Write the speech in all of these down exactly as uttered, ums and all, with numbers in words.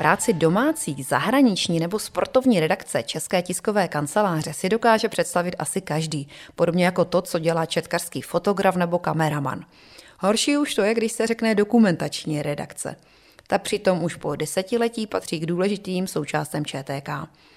Práci domácí, zahraniční nebo sportovní redakce České tiskové kanceláře si dokáže představit asi každý, podobně jako to, co dělá četkařský fotograf nebo kameraman. Horší už to je, když se řekne dokumentační redakce. Ta přitom už po desetiletí patří k důležitým součástem ČTK.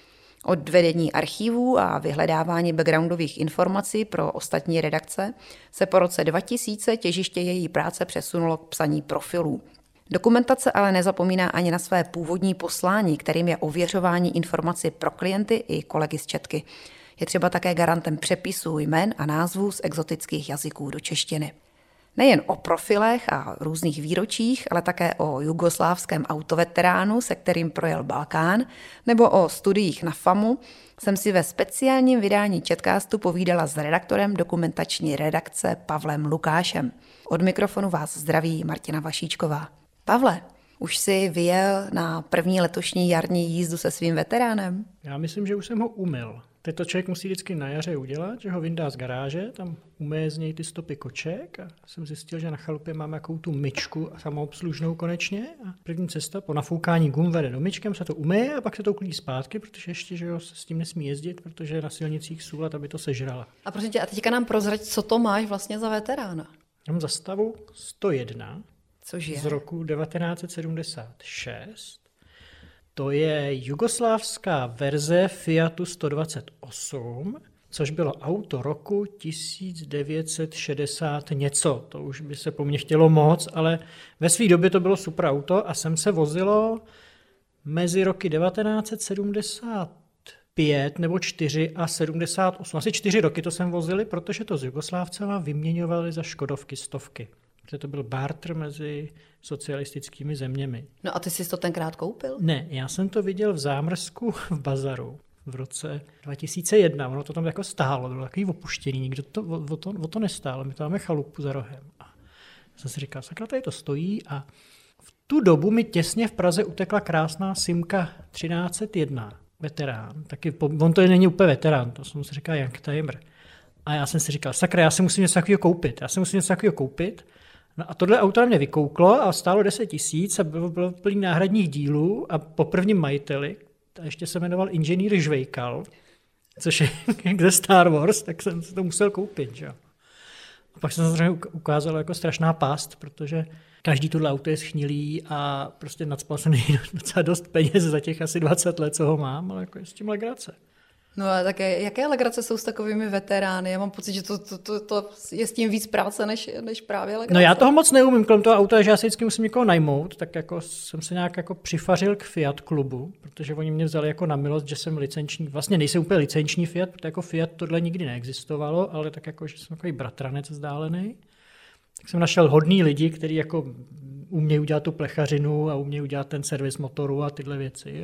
Od vedení archívů a vyhledávání backgroundových informací pro ostatní redakce se po roce dva tisíce těžiště její práce přesunulo k psaní profilů. Dokumentace ale nezapomíná ani na své původní poslání, kterým je ověřování informací pro klienty i kolegy z četky. Je třeba také garantem přepisů jmen a názvů z exotických jazyků do češtiny. Nejen o profilech a různých výročích, ale také o jugoslávském autoveteránu, se kterým projel Balkán, nebo o studiích na FAMu, jsem si ve speciálním vydání Četcastu povídala s redaktorem dokumentační redakce Pavlem Lukášem. Od mikrofonu vás zdraví Martina Vašíčková. Pavle, už jsi vyjel na první letošní jarní jízdu se svým veteránem? Já myslím, že už jsem ho umyl. Teď to člověk musí vždycky na jaře udělat, že ho vyndá z garáže, tam umyje z něj ty stopy koček a jsem zjistil, že na chalupě mám jakou tu myčku samoobslužnou konečně a první cesta po nafoukání gum vede do myčkem, se to umyje a pak se to uklidí zpátky, protože ještě že jo, se s tím nesmí jezdit, protože je na silnicích sůl, aby to sežrala. A prosím tě, a teďka nám prozrať, co to máš vlastně za veterána? Já mám zastavu sto jedna. Což je? Z roku devatenáct set sedmdesát šest. To je jugoslávská verze Fiatu sto dvacet osm, což bylo auto roku tisíc devět set šedesát něco. To už by se po mně chtělo moc, ale ve své době to bylo super auto a sem se vozilo mezi roky devatenáct set sedmdesát pět nebo čtyři a sedmdesát osm. Asi čtyři roky to sem vozili, protože to s Jugoslávcema vyměňovali za škodovky stovky. Protože to byl barter mezi socialistickými zeměmi. No a ty jsi to tenkrát koupil? Ne, já jsem to viděl v zámrsku v bazaru v roce dva tisíce jedna. Ono to tam jako stálo, bylo takový opuštěný, nikdo to, o, to, o to nestálo. My to máme chalupu za rohem. A jsem si říkal, sakra, tady to stojí a v tu dobu mi těsně v Praze utekla krásná Simca třináct set jedna, veterán. Taky, on to není úplně veterán, to jsem si říkal youngtimer. A já jsem si říkal, sakra, já si musím něco takového koupit. Já si musím něco takového koupit. No a tohle auto na mě vykouklo a stálo deset tisíc a bylo, bylo plný náhradních dílů a po prvním majiteli, a ještě se jmenoval inženýr Žvejkal, což je jak ze Star Wars, tak jsem si to musel koupit. Že? A pak jsem se ukázalo jako strašná past, protože každý tohle auto je schnilý a prostě nacpal jsem docela dost peněz za těch asi dvacet let, co ho mám, ale jako je s tím legrace. No a také, jaké legrace jsou s takovými veterány? Já mám pocit, že to, to, to, to je s tím víc práce, než, než právě legrace. No já toho moc neumím kolem toho auta, že já si vždycky musím někoho najmout, tak jako jsem se nějak jako přifařil k Fiat klubu, protože oni mě vzali jako na milost, že jsem licenční, vlastně nejsem úplně licenční Fiat, protože jako Fiat tohle nikdy neexistovalo, ale tak jako, že jsem takový bratranec vzdálený. Tak jsem našel hodný lidi, kteří jako umějí udělat tu plechařinu a umějí udělat ten servis motoru a tyhle věci.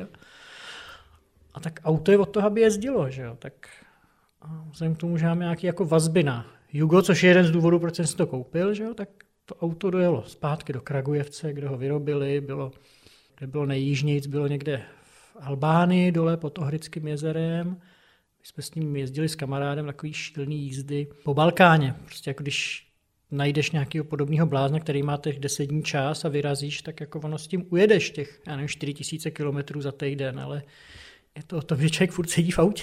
A tak auto je od toho, aby jezdilo, že jo, tak vzhledem k tomu, že mám nějaký jako vazby na Jugo, což je jeden z důvodů, proč jsem si to koupil, že jo, tak to auto dojelo zpátky do Kragujevce, kde ho vyrobili, bylo, kde bylo nejjižnějc, bylo někde v Albánii, dole pod Ohridským jezerem. My jsme s ním jezdili s kamarádem takový šílený jízdy po Balkáně, prostě jako když najdeš nějakého podobného blázna, který má těch deset dní čas a vyrazíš, tak jako ono s tím ujedeš těch, já nevím, čtyři tisíce kilometrů za týden, ale je to o tom, že člověk furt sedí v autě.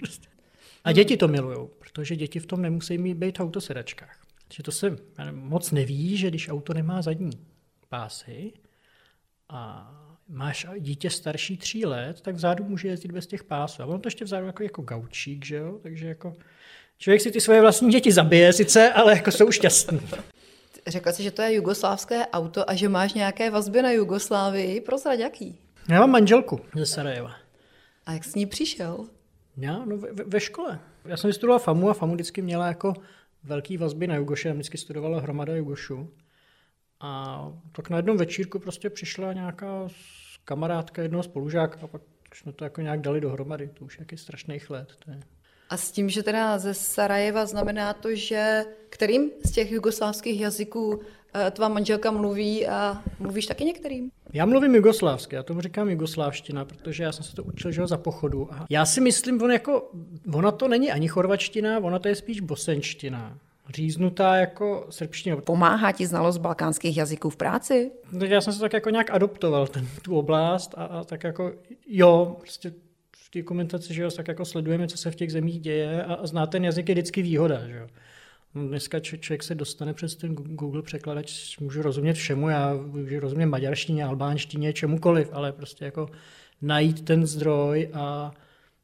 A děti to milujou, protože děti v tom nemusí mít být v autosedačkách. Takže to se moc neví, že když auto nemá zadní pásy a máš dítě starší tří let, tak vzadu může jezdit bez těch pásů. A ono to ještě vzadu jako, jako gaučík, že jo? Takže jako člověk si ty svoje vlastní děti zabije sice, ale jako jsou šťastný. Řekla jsi, že to je jugoslávské auto a že máš nějaké vazby na Jugoslávii. Prozrať jaký? Já mám manželku ze Sarajeva. A jak s ní přišel? Já, no ve, ve škole. Já jsem vystudoval FAMu a FAMu vždycky měla jako velký vazby na Jugoše. Já vždycky studovala hromada Jugošů. A tak na jednom večírku prostě přišla nějaká kamarádka jednoho spolužáka a pak jsme to jako nějak dali dohromady. To už jaký strašných let. To je. A s tím, že teda ze Sarajeva znamená to, že kterým z těch jugoslávských jazyků tvá manželka mluví a mluvíš taky některým? Já mluvím jugoslávsky, já tomu říkám jugoslávština, protože já jsem se to učil, že ho za pochodu. A já si myslím, on jako, ona to není ani chorvačtina, ona to je spíš bosenština. říznutá jako srbština. Pomáhá ti znalost balkánských jazyků v práci? Tak já jsem se tak jako nějak adoptoval ten, tu oblast a, a tak jako jo, prostě v té komunikaci, že jo, tak jako sledujeme, co se v těch zemích děje a, a znát ten jazyk je vždycky výhoda, že jo. Dneska člověk se dostane přes ten Google překladač, můžu rozumět všemu, já můžu rozumět maďarštině, albánštině, čemukoliv, ale prostě jako najít ten zdroj a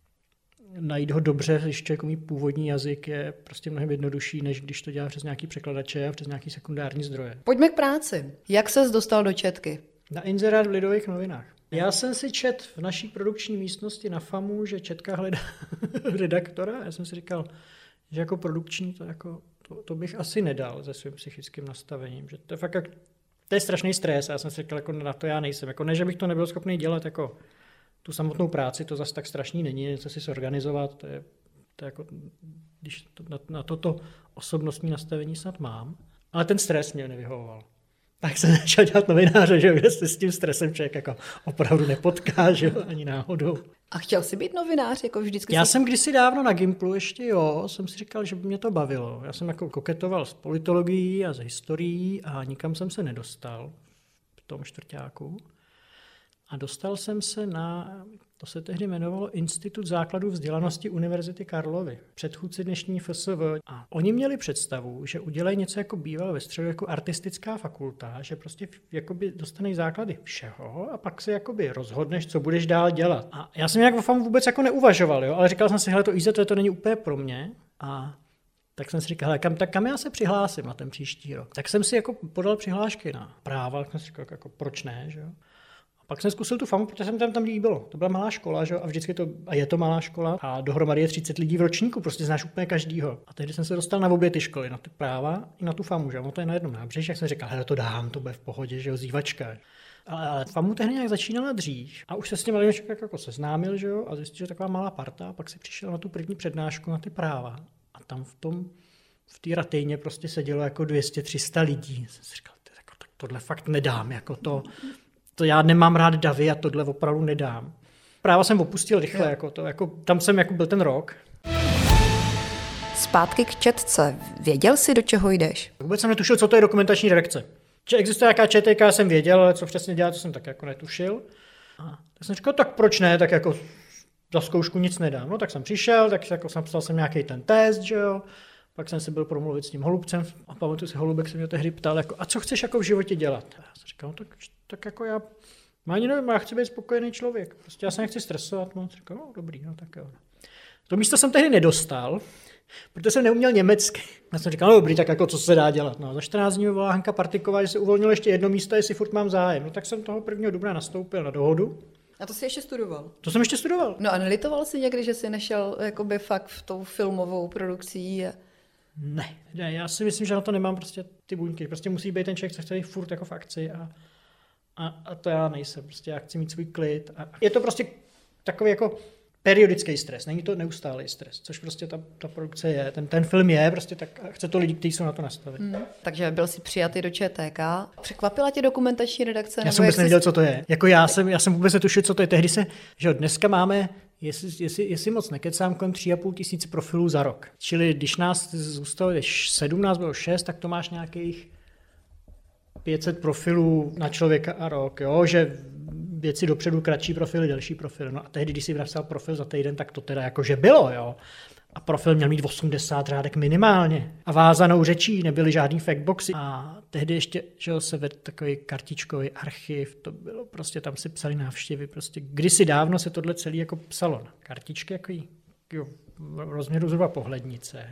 najít ho dobře, když člověk umí původní jazyk, je prostě mnohem jednodušší, než když to dělá přes nějaký překladače a přes nějaký sekundární zdroje. Pojďme k práci. Jak ses dostal do Četky? Na inzerát v Lidových novinách. Já jsem si čet v naší produkční místnosti na FAMu, že Četka hledá redaktora. Já jsem si říkal, že jako produkční to, jako, to, to bych asi nedal se svým psychickým nastavením. Že to je fakt jak, to je strašný stres. Já jsem si říkal, jako na to já nejsem. Jako ne, že bych to nebyl schopný dělat jako tu samotnou práci, to zase tak strašný není, něco si zorganizovat, to je, to je jako, když to, na, na toto osobnostní nastavení snad mám, ale ten stres mě nevyhovoval. Tak jsem začal dělat novináře, že kde se s tím stresem člověk jako opravdu nepotká, že ani náhodou. A chtěl jsi být novinář, jako vždycky? Já si... jsem kdysi dávno na Gimplu ještě jo, jsem si říkal, že by mě to bavilo. Já jsem jako koketoval s politologií a s historií a nikam jsem se nedostal v tom čtvrťáku. A dostal jsem se na, to se tehdy jmenovalo Institut základů vzdělanosti Univerzity Karlovy, předchůdci dnešní F S V. A oni měli představu, že udělají něco jako bývalo ve středu jako artistická fakulta, že prostě jakoby dostaneš základy všeho a pak se jakoby rozhodneš, co budeš dál dělat. A já jsem nějak o FAMu vůbec jako neuvažoval, jo? Ale říkal jsem si, hele, to I Z T to není úplně pro mě. A tak jsem si říkal, hele, kam, tak kam já se přihlásím na ten příští rok. Tak jsem si jako podal přihlášky na práva, tak jsem si říkal, jako proč ne, že jo. Pak jsem zkusil tu FAMu, protože se mi tam, tam líbilo. To byla malá škola, že? A vždycky to, a je to malá škola. A dohromady je třicet lidí v ročníku, prostě znáš úplně každýho. A tehdy jsem se dostal na obě ty školy, na ty práva i na tu FAMu, že? No to je na jednom nábřeží, jak jsem říkal, hele, to dám, to bude v pohodě, že jo, zývačka. Ale, ale FAMu tehdy nějak začínala dřív. A už se s tím malým člověk jako seznámil, že jo, a zjistil, že taková malá parta, a pak si přišel na tu první přednášku na ty práva. A tam v tom, v té ratejně prostě sedělo jako dvě stě tři sta lidí. Jsem si říkal, tak tohle fakt nedám, jako to. To já nemám rád davy a tohle opravdu nedám. Práva jsem opustil rychle, jako to, jako, tam jsem jako byl ten rok. Zpátky k Četce. Věděl jsi, do čeho jdeš? Vůbec jsem netušil, co to je dokumentační redakce. Že existuje nějaká ČTK, jsem věděl, ale co přesně dělá, to jsem tak jako netušil. A tak jsem říkal, tak proč ne, tak jako za zkoušku nic nedám. No tak jsem přišel, tak jako jsem psal jsem nějaký ten test, že jo. Pak jsem si byl promluvit s tím Holubcem a pamatuju si, Holubek se mě tehdy ptal, jako, a co chceš jako v životě dělat? A já jsem říkal, no, tak, tak jako já, ani nevím, já chci být spokojený člověk, prostě já se nechci stresovat, no, říkal, no dobrý, no tak jo. To místo jsem tehdy nedostal, protože jsem neuměl německy. Já jsem říkal, no dobrý, tak jako co se dá dělat. No, za čtrnáct dní volá Hanka Partiková, že se uvolnilo ještě jedno místo, jestli furt mám zájem. No tak jsem toho prvního dubna nastoupil na dohodu. A to jsi ještě studoval? To jsem ještě studoval. No a nelitoval jsi někdy, že jsi nešel jakoby fakt v tou filmovou produkcí? A... Ne, ne, já si myslím, že na to nemám prostě ty buňky. Prostě musí být ten člověk, co chce být furt jako v akci a, a, a to já nejsem. Prostě já chci mít svůj klid. A je to prostě takový jako periodický stres, není to neustálý stres, což prostě ta, ta produkce je. Ten, ten film je prostě tak, chce to lidi, kteří jsou na to nastaveni. Hmm. Takže byl jsi přijatý do ČTK. Překvapila tě dokumentační redakce? Já jsem vůbec nevěděl, co to je. Jako já jsem, já jsem vůbec netušil, co to je. Tehdy se, že dneska máme, jestli, jestli, jestli moc nekecám, kolem tři a půl tisíc profilů za rok. Čili když nás zůstalo sedmnáct bylo šest, tak to máš nějakých pět set profilů na člověka a rok, jo, že věci dopředu, kratší profily, delší profily. No a tehdy, když si napsal profil za týden, tak to teda jakože bylo, jo. A profil měl mít osmdesát řádek minimálně. A vázanou řečí, nebyly žádný factboxy. A tehdy ještě, že jo, se vedl takový kartičkový archiv, to bylo prostě, tam si psali návštěvy, prostě kdysi dávno se tohle celý jako psalo na kartičky, jako jo, v rozměru zhruba pohlednice.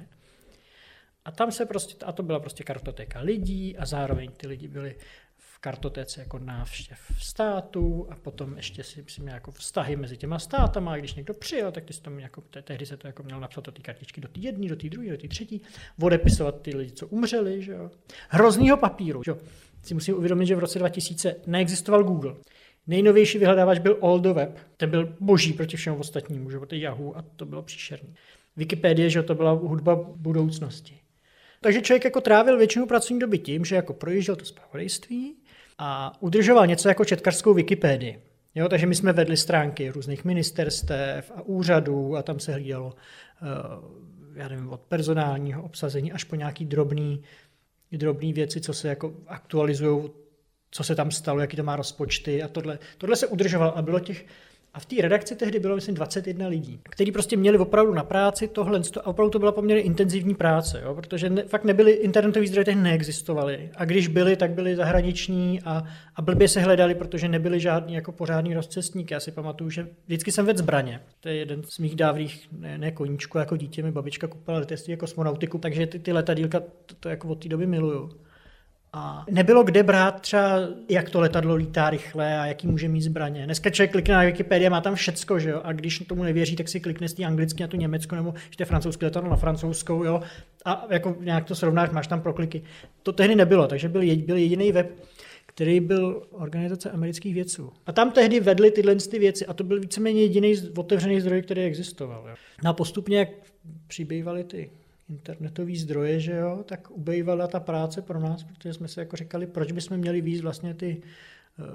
A tam se prostě, a to byla prostě kartotéka lidí a zároveň ty lidi byli v kartotéce jako návštěv států a potom ještě si myslím jako vztahy mezi těma státama a když někdo přijel, tak ty si tam jako, tehdy se to jako mělo napsat do té kartičky do té jedné, do té druhé, do té třetí, odepisovat ty lidi, co umřeli, že jo. Hroznýho papíru, že jo. Si musím uvědomit, že v roce dva tisíce neexistoval Google. Nejnovější vyhledávač byl All the Web, ten byl boží proti všemu ostatnímu, že jo, to Yahoo a to bylo příšerné. Wikipedie, že jo, to byla hudba budoucnosti. Takže člověk jako trávil většinu pracovní doby tím, že jako projížděl to zpravodajství a udržoval něco jako četkařskou Wikipedii. Jo, takže my jsme vedli stránky různých ministerstev a úřadů a tam se hlídalo já nevím, od personálního obsazení až po nějaký drobný, drobný věci, co se jako aktualizují, co se tam stalo, jaký to má rozpočty a tohle. Tohle se udržovalo a bylo těch a v té redakci tehdy bylo, myslím, dvacet jedna lidí, kteří prostě měli opravdu na práci tohle a opravdu to byla poměrně intenzivní práce, jo, protože ne, fakt nebyly internetové zdroje, tehdy neexistovaly a když byly, tak byly zahraniční a, a blbě se hledali, protože nebyly žádný jako pořádný rozcestník. Já si pamatuju, že vždycky jsem vedl zbraně. To je jeden z mých dávných, ne, ne koníčku, jako dítě mi babička kupila letectví kosmonautiku, takže ty, ty letadílka to, to jako od té doby miluju. A nebylo kde brát třeba, jak to letadlo lítá rychle a jaký může mít zbraně. Dneska člověk klikne na Wikipedii, má tam všecko, že jo? A když tomu nevěří, tak si klikne z té anglicky na tu Německo nebo že to je francouzské letadlo na francouzskou, jo? A jako nějak to srovnáš, máš tam prokliky. To tehdy nebylo, takže byl, byl jediný web, který byl Organizace amerických vědců. A tam tehdy vedli tyhle ty věci a to byl víceméně jediný otevřený zdroj, který existoval. Jo? No a postupně, jak přibývaly ty internetový zdroje, že jo, tak ubejvala ta práce pro nás, protože jsme si jako říkali, proč bychom měli víc vlastně ty uh,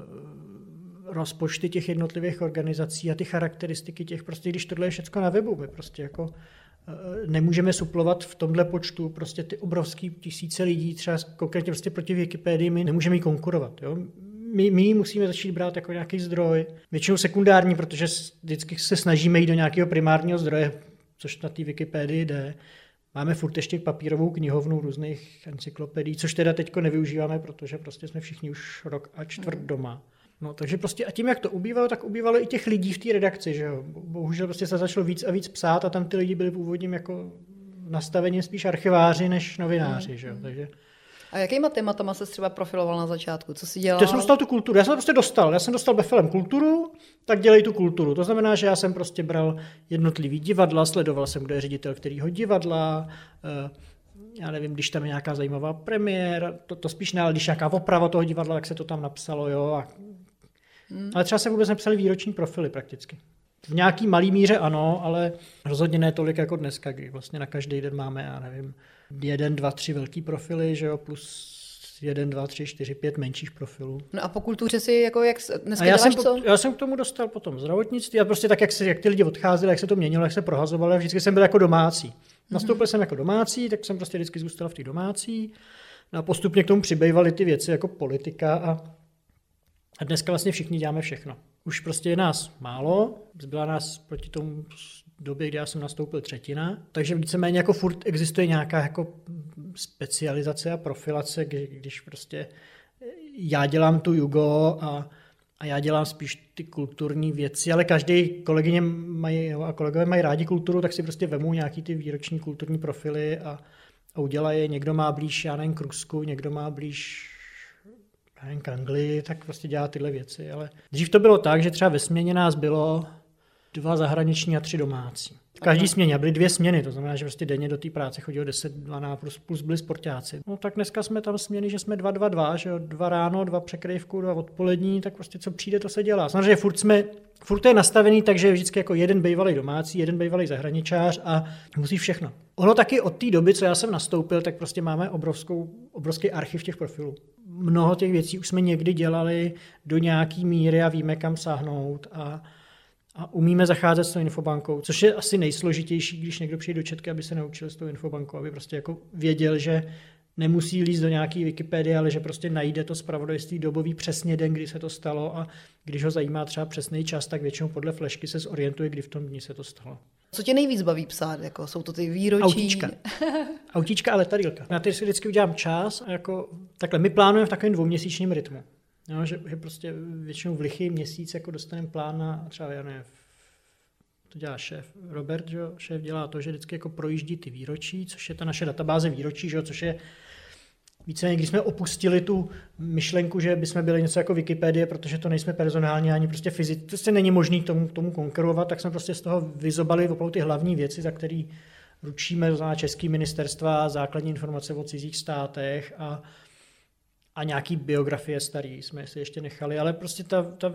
rozpočty těch jednotlivých organizací a ty charakteristiky těch, prostě když tohle je všecko na webu, my prostě jako uh, nemůžeme suplovat v tomhle počtu prostě ty obrovský tisíce lidí, třeba konkrétně prostě proti Wikipedii, my nemůžeme jí konkurovat, jo. My, my musíme začít brát jako nějaký zdroj, většinou sekundární, protože vždycky se snažíme jít do nějakého primárního zdroje, což na té Wikipedii jde. Máme furt ještě papírovou knihovnu různých encyklopedií, což teda teďko nevyužíváme, protože prostě jsme všichni už rok a čtvrt doma. No, takže prostě a tím, jak to ubývalo, tak ubývalo i těch lidí v té redakci, že jo. Bohužel prostě se začalo víc a víc psát a tam ty lidi byli původním jako nastavení spíš archiváři než novináři, že jo. Takže a jakýma tématama se třeba profiloval na začátku? Co si dělal? Já jsem dostal tu kulturu. Já jsem to prostě dostal. Já jsem dostal Befelem kulturu, tak dělej tu kulturu. To znamená, že já jsem prostě bral jednotlivý divadla, sledoval jsem, kdo je ředitel kterýho divadla, já nevím, když tam je nějaká zajímavá premiéra, to, to spíš ne, ale když nějaká oprava toho divadla, tak se to tam napsalo, jo. A... Hmm. Ale třeba se vůbec nepsali výroční profily prakticky. V nějaký malý míře ano, ale rozhodně ne tolik jako dneska, kdy vlastně na každý den máme, já nevím, jeden, dva, tři velký profily, že jo, plus jeden, dva, tři, čtyři, pět menších profilů. No a po kultuře si jako jak dneska a já děláš jsem, co? Já jsem k tomu dostal potom zdravotnictví a prostě tak, jak, se, jak ty lidi odcházeli, jak se to měnilo, jak se prohazovalo, vždycky jsem byl jako domácí. Nastoupil mm-hmm. jsem jako domácí, tak jsem prostě vždycky zůstal v té domácí. No a postupně k tomu přibývaly ty věci jako politika a, a dneska vlastně všichni děláme všechno. Už prostě je nás málo, zbyla nás proti tomu době, kdy já jsem nastoupil třetina, takže víceméně jako furt existuje nějaká jako specializace a profilace, když prostě já dělám tu jugo a, a já dělám spíš ty kulturní věci, ale každý kolegyně mají, a kolegové mají rádi kulturu, tak si prostě vemou nějaký ty výroční kulturní profily a, a udělají je. Někdo má blíž, já nevím, k Rusku, někdo má blíž já nevím, k Anglii, tak prostě dělá tyhle věci. Ale dřív to bylo tak, že třeba ve směně nás bylo dva zahraniční a tři domácí. V každý směně byly dvě směny, to znamená, že prostě denně do té práce chodilo deset, dvanáct plus, plus byli sportáci. No tak dneska jsme tam směny, že jsme dva, dva, dva, že jo, dva ráno, dva překrývku, dva odpolední, tak prostě co přijde, to se dělá. Samozřejmě furt jsme, furt to je nastavený, takže je vždycky jako jeden bývalý domácí, jeden bývalý zahraničář a musí všechno. Ono taky od té doby, co já jsem nastoupil, tak prostě máme obrovskou, obrovský archiv těch profilů. Mnoho těch věcí už jsme někdy dělali do nějaký míry a víme, kam sáhnout a A umíme zacházet s tou infobankou, což je asi nejsložitější, když někdo přijde do Četky, aby se naučil s tou infobankou, aby prostě jako věděl, že nemusí líst do nějaký Wikipedie, ale že prostě najde to zpravodajství dobový přesně den, kdy se to stalo a když ho zajímá třeba přesný čas, tak většinou podle flešky se zorientuje, kdy v tom dni se to stalo. Co tě nejvíc baví psát? Jako, jsou to ty výročí? Autíčka. Autíčka a letadýlka. Na ty si vždycky udělám čas a jako takhle my plánujeme v takovém dvouměsíčním rytmu. No, že, že prostě většinou v lichý měsíc jako dostaneme plán na třeba, já nevím, to dělá šéf Robert, že jo? Šéf dělá to, že vždycky jako projíždí ty výročí, což je ta naše databáze výročí, že jo? Což je víceméně, když jsme opustili tu myšlenku, že bychom byli něco jako Wikipedie, protože to nejsme personálně ani prostě fyzicky, to prostě není možné tomu, tomu konkurovat, tak jsme prostě z toho vyzobali opravdu ty hlavní věci, za které ručíme, to znamená český ministerstva, základní informace o cizích státech a a nějaký biografie starý jsme si ještě nechali, ale prostě ta, ta,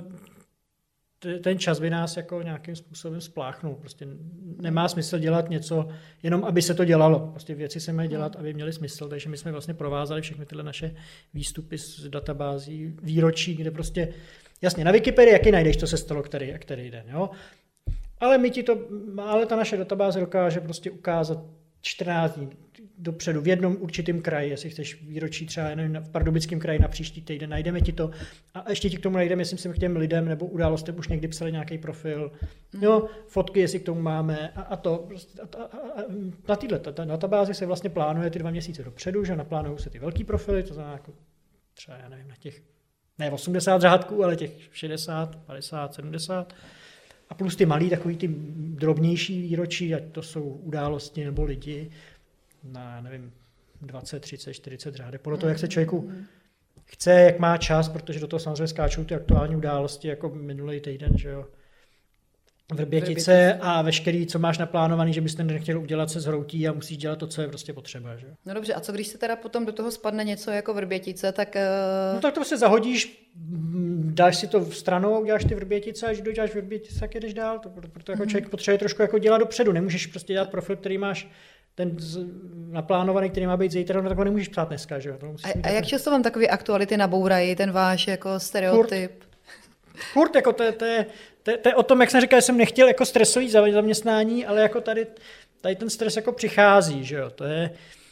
ten čas by nás jako nějakým způsobem spláchnul. Prostě nemá smysl dělat něco, jenom aby se to dělalo. Prostě věci se mají dělat, aby měly smysl, takže my jsme vlastně provázali všechny tyhle naše výstupy z databází výročí, kde prostě Jasně, na Wikipedii jaký najdeš, co se stalo který, který den, jo? Ale my ti to, ale ta naše databáze dokáže prostě ukázat čtrnáct dní dopředu v jednom určitém kraji, jestli chceš výročí třeba nevím, v Pardubickém kraji na příští týden, najdeme ti to a ještě ti k tomu najdeme, jestli k těm lidem nebo událostem už někdy psali nějaký profil, jo, fotky, jestli k tomu máme a, a to. A, a, a, na této databázi se vlastně plánuje ty dva měsíce dopředu, že naplánují se ty velký profily, to znamená jako třeba, já nevím, na těch, ne osmdesát řádků, ale těch šedesát, padesát, sedmdesát. A plus ty malý, takový ty drobnější výročí, ať to jsou události nebo lidi, na, nevím, dvacet, třicet, čtyřicet řádek. Podle toho, jak se člověku chce, jak má čas, protože do toho samozřejmě skáčou ty aktuální události, jako minulý týden, že jo. Vrbětice a veškerý, co máš naplánovaný, že bys ten nechtěl udělat, se zhroutí a musíš dělat to, co je prostě potřeba. Že? No dobře, a co když se teda potom do toho spadne něco jako Vrbětice, tak... Uh... No tak to se zahodíš, dáš si to stranou, uděláš ty Vrbětice a když doděláš Vrbětice, tak jedeš dál. To, proto jako mm-hmm. člověk potřebuje trošku jako dělat dopředu. Nemůžeš prostě dělat profil, který máš ten z, naplánovaný, který má být zítra, no tak ho nemůžeš ptát dneska. Že? To a, a jak často vám takový aktuality nabourají, ten váš jako stereotyp? Furt, Furt jako to, to, je, to, to je o tom, jak jsem říkal, že jsem nechtěl jako stresový zaměstnání, ale jako tady, tady ten stres jako přichází, že jo, to je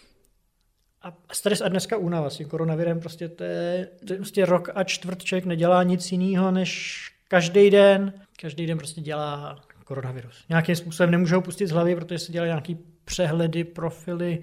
a stres a dneska únava s tím koronavirem, prostě to je, to je prostě rok a čtvrt člověk nedělá nic jiného, než každý den, každý den prostě dělá koronavirus. Nějakým způsobem nemůžou pustit z hlavy, protože se dělají nějaký přehledy, profily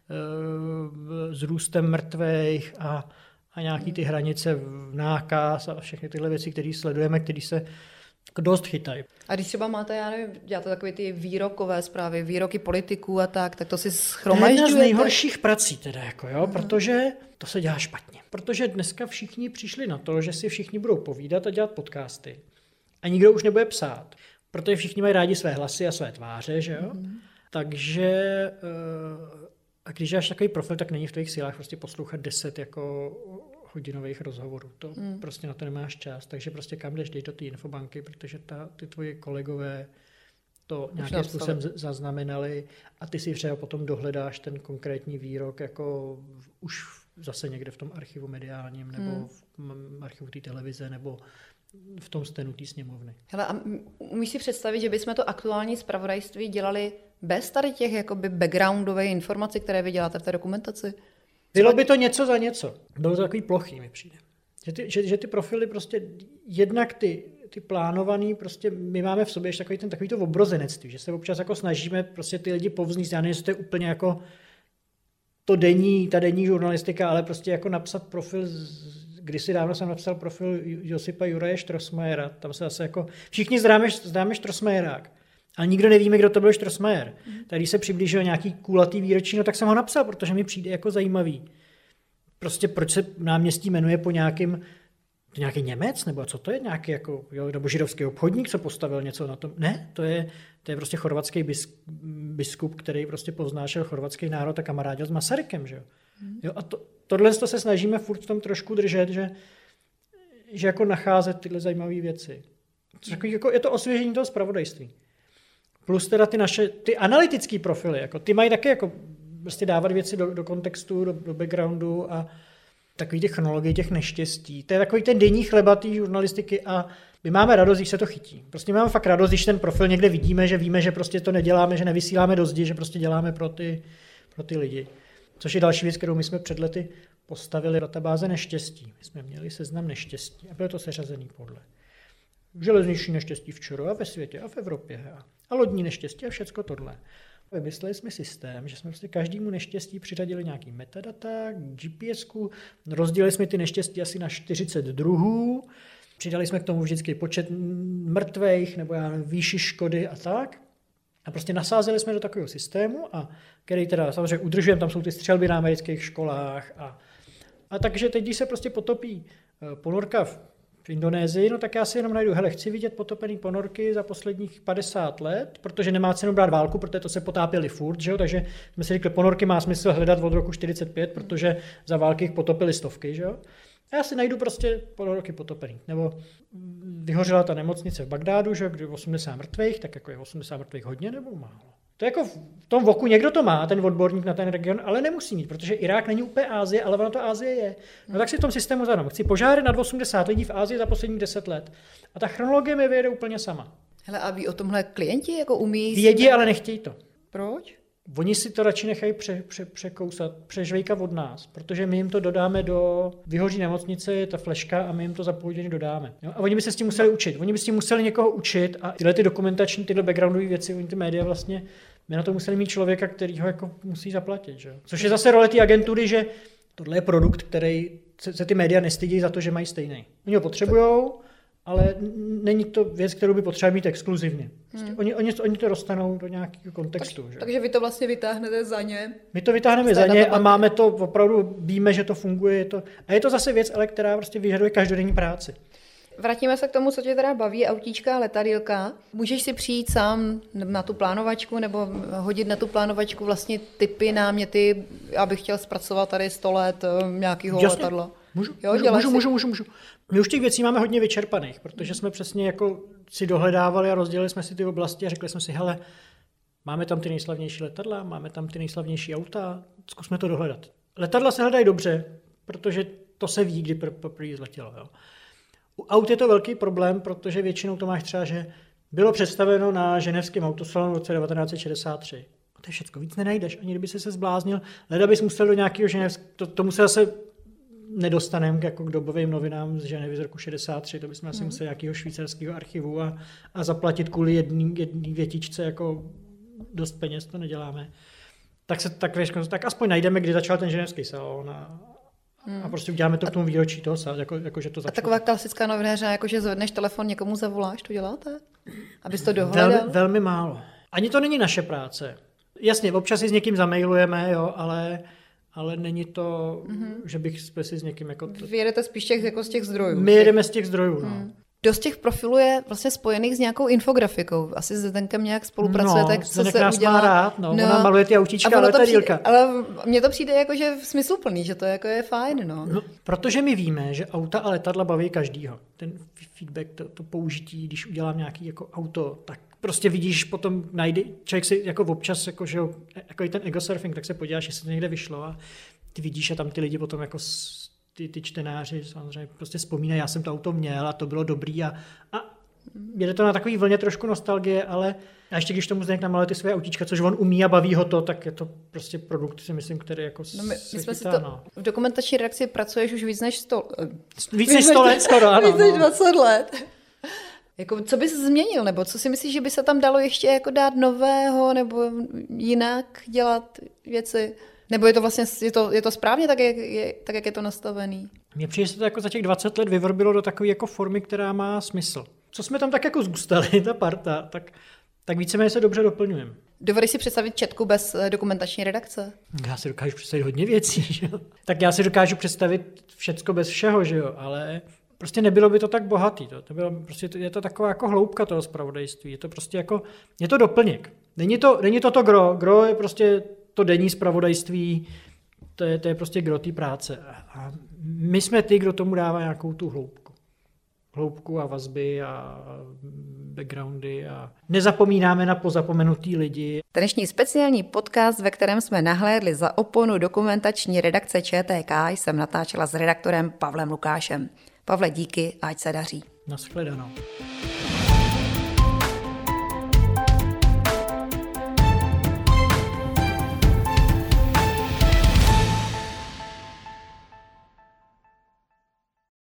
e, s růstem mrtvých a a nějaký ty hranice v nákaz a všechny tyhle věci, které sledujeme, které se dost chytají. A když třeba máte, já nevím, děláte takové ty výrokové zprávy, výroky politiků a tak, tak to si shromažďujete? To je jedna z nejhorších prací teda, jako jo, protože to se dělá špatně. Protože dneska všichni přišli na to, že si všichni budou povídat a dělat podcasty. A nikdo už nebude psát, protože všichni mají rádi své hlasy a své tváře, že jo? Mm. Takže... Uh, A když máš takový profil, tak není v tvých silách prostě poslouchat deset jako hodinových rozhovorů. To mm. prostě na to nemáš čas. Takže prostě kam jdeš, dej do té infobanky, protože ta, ty tvoji kolegové to nějakým způsobem zaznamenali a ty si třeba potom dohledáš ten konkrétní výrok jako už zase někde v tom archivu mediálním nebo mm. v archivu té televize nebo v tom stenu té sněmovny. Hele, a umíš si představit, že bychom to aktuální zpravodajství dělali bez tady těch jakoby backgroundových informací, které vy děláte v té dokumentaci? Bylo by to něco za něco. Bylo to takový plochý, mi přijde. Že ty, že, že ty profily prostě, jednak ty, ty plánovaný, prostě my máme v sobě ještě takový, ten, takový to obrozenectví, že se občas jako snažíme prostě ty lidi povznést. Já nevím, jestli to je úplně jako to denní, ta denní žurnalistika, ale prostě jako napsat profil, kdysi dávno jsem napsal profil Josipa Juraje Štrosmajera, tam se zase jako, všichni známe, známe Štrosmajerák. Ale nikdo nevíme, kdo to byl Štrosmajer. Mm. Tak když se přiblížil nějaký kulatý výročí, no tak jsem ho napsal, protože mi přijde jako zajímavý. Prostě proč se náměstí jmenuje po nějakým, to nějaký Němec, nebo co to je nějaký jako, jo, nebo židovský obchodník, co postavil něco na tom. Ne, to je, to je prostě chorvatský biskup, který prostě povznášel chorvatský národ a kamarádil s Masarykem, že jo. Mm. Jo, a to, tohle to se snažíme furt v tom trošku držet, že, že jako nacházet tyhle zajímavé věci. Mm. Jako, je to osvěžení toho zpravodajství. Plus teda ty naše, ty analytické profily, jako, ty mají taky jako prostě dávat věci do, do kontextu, do, do backgroundu a takový těch chronologií, těch neštěstí. To je takový ten denní chleba té žurnalistiky a my máme radost, když se to chytí. Prostě máme fakt radost, když ten profil někde vidíme, že víme, že prostě to neděláme, že nevysíláme do zdi, že prostě děláme pro ty, pro ty lidi. Což je další věc, kterou my jsme před lety postavili databáze neštěstí. My jsme měli seznam neštěstí a bylo to seřazený podle železniční neštěstí v ČR a ve světě a v Evropě a, a lodní neštěstí a všecko tohle. Vymysleli jsme systém, že jsme prostě každému neštěstí přiřadili nějaký metadata, G P S ku, rozdělili jsme ty neštěstí asi na čtyřicet druhů, přidali jsme k tomu vždycky počet mrtvejch nebo já nevím, výši škody a tak. A prostě nasázeli jsme do takového systému, a který teda samozřejmě udržujeme, tam jsou ty střelby na amerických školách. A, a takže teď, když se prostě potopí ponorka v v Indonésii, no tak já si jenom najdu, hele, chci vidět potopený ponorky za posledních padesát let, protože nemá cenu brát válku, protože to se potápěli furt, že jo? Takže jsme si řekli, ponorky má smysl hledat od roku čtyřicet pět, protože za války jich potopili stovky, že jo? A já si najdu prostě ponorky potopený. Nebo vyhořela ta nemocnice v Bagdádu, že jo, kdy osmdesát mrtvých, tak jako je osmdesát mrtvých hodně nebo málo? To je jako v tom voku někdo to má, ten odborník na ten region, ale nemusí mít, protože Irák není úplně Asie, ale ono to Asie je. No tak si v tom systému zadám. Chci požáry nad osmdesát lidí v Asii za posledních deset let. A ta chronologie mi vyjede úplně sama. Hele, a ví o tomhle klienti jako umí? Vědí, ale nechtějí to. Proč? Oni si to radši nechají pře, pře, překousat, přežvejkat od nás, protože my jim to dodáme do vyhoří nemocnice, je ta fleška a my jim to za půl hodiny dodáme. Jo? A oni by se s tím museli učit. Oni by s tím museli někoho učit a tyhle ty dokumentační, tyhle backgroundové věci, oni ty média vlastně, my na to museli mít člověka, který ho jako musí zaplatit. Že? Což je zase role té agentury, že tohle je produkt, který se, se ty média nestydí za to, že mají stejný. Oni ho potřebujou, ale není to věc, kterou by potřeba mít exkluzivně. Prostě hmm. oni, oni, oni to dostanou do nějakého kontextu. Tak, že? Takže vy to vlastně vytáhnete za ně? My to vytáhneme za ně a máme to, opravdu víme, že to funguje. Je to, a je to zase věc, ale která prostě vyžaduje každodenní práci. Vrátíme se k tomu, co tě teda baví, autíčka, letadýlka. Můžeš si přijít sám na tu plánovačku nebo hodit na tu plánovačku vlastně typy, náměty, abych chtěl zpracovat tady sto let nějakého letadla. Můžu, jo, můžu, můžu, můžu, můžu, můžu. My už těch věcí máme hodně vyčerpaných, protože jsme přesně jako si dohledávali a rozdělili jsme si ty oblasti a řekli jsme si, hele, máme tam ty nejslavnější letadla, máme tam ty nejslavnější auta, zkusme to dohledat. Letadla se hledají dobře, protože to se ví, kdy poprvé zletělo. Jo. U aut je to velký problém, protože většinou to máš třeba, že bylo představeno na ženevském autosalonu v roce devatenáct set šedesát tři. A to je všecko, víc nenajdeš, ani kdyby si se zbláznil, leda bys musel do nějakého ženevského, to, to musel se nedostaneme jako k dobovým novinám z Ženevy z roku šedesát tři, to bychom asi hmm. museli nějakého švýcarského archivu a, a zaplatit kvůli jedný, jedný větičce jako dost peněz, to neděláme. Tak se tak, tak aspoň najdeme, kdy začal ten ženevský salon a, hmm. a prostě uděláme to k tomu výročí toho, jako, jako že to začalo. A taková klasická novinářina, jako že zvedneš telefon, někomu zavoláš, to děláte? Abys to dohledal? Velmi, velmi málo. Ani to není naše práce. Jasně, občas si s někým zamailujeme, jo, ale ale není to, mm-hmm. že bych si s někým jako... To... Vy jedete spíš těch, jako z těch zdrojů. My jedeme z těch zdrojů, no. Mm. Dost těch profilů je vlastně spojených s nějakou infografikou. Asi s Zdenkem nějak spolupracujete, no, co se udělá. Má rád, no. no. Ona maluje ty autíčka a letadýlka. Ale mně to přijde jako, že smysluplný, že to jako je fajn, no. no. Protože my víme, že auta a letadla baví každýho. Ten feedback, to, to použití, když udělám nějaký jako auto, tak prostě vidíš, potom najde, člověk si jako občas, jako, že, jako i ten egosurfing, tak se podíváš, jestli to někde vyšlo a ty vidíš a tam ty lidi potom jako ty, ty čtenáři samozřejmě prostě vzpomínají, já jsem to auto měl a to bylo dobrý a, a jede to na takový vlně trošku nostalgie, ale a ještě když tomu Zdeněk namaluje ty své autíčka, což on umí a baví ho to, tak je to prostě produkt, si myslím, který jako no my, my jsme chytá, si to, no. V dokumentační redakci pracuješ už víc než sto, víc než sto let skoro, ano. Víc než dvacet let. Jako, co bys změnil, nebo co si myslíš, že by se tam dalo ještě jako dát nového, nebo jinak dělat věci? Nebo je to vlastně je to, je to správně tak jak, je, tak, jak je to nastavený? Mně přijde, že se to jako za těch dvacet let vyvrbilo do takové jako formy, která má smysl. Co jsme tam tak jako zůstali, ta parta, tak, tak víceméně se dobře doplňujeme. Dovedeš si představit četku bez dokumentační redakce? Já si dokážu představit hodně věcí, že jo? Tak já si dokážu představit všecko bez všeho, že jo, ale prostě nebylo by to tak bohatý. To, to bylo, prostě je to taková jako hloubka toho zpravodajství. Je to prostě jako, je to doplněk. Není to, není to to gro. Gro je prostě to denní zpravodajství, to je, to je prostě gro té práce. A my jsme ty, kdo tomu dává nějakou tu hloubku. Hloubku a vazby a backgroundy a nezapomínáme na pozapomenutý lidi. Dnešní speciální podcast, ve kterém jsme nahlédli za oponu dokumentační redakce ČTK, jsem natáčela s redaktorem Pavlem Lukášem. Pavle, díky, ať se daří. Naschledanou.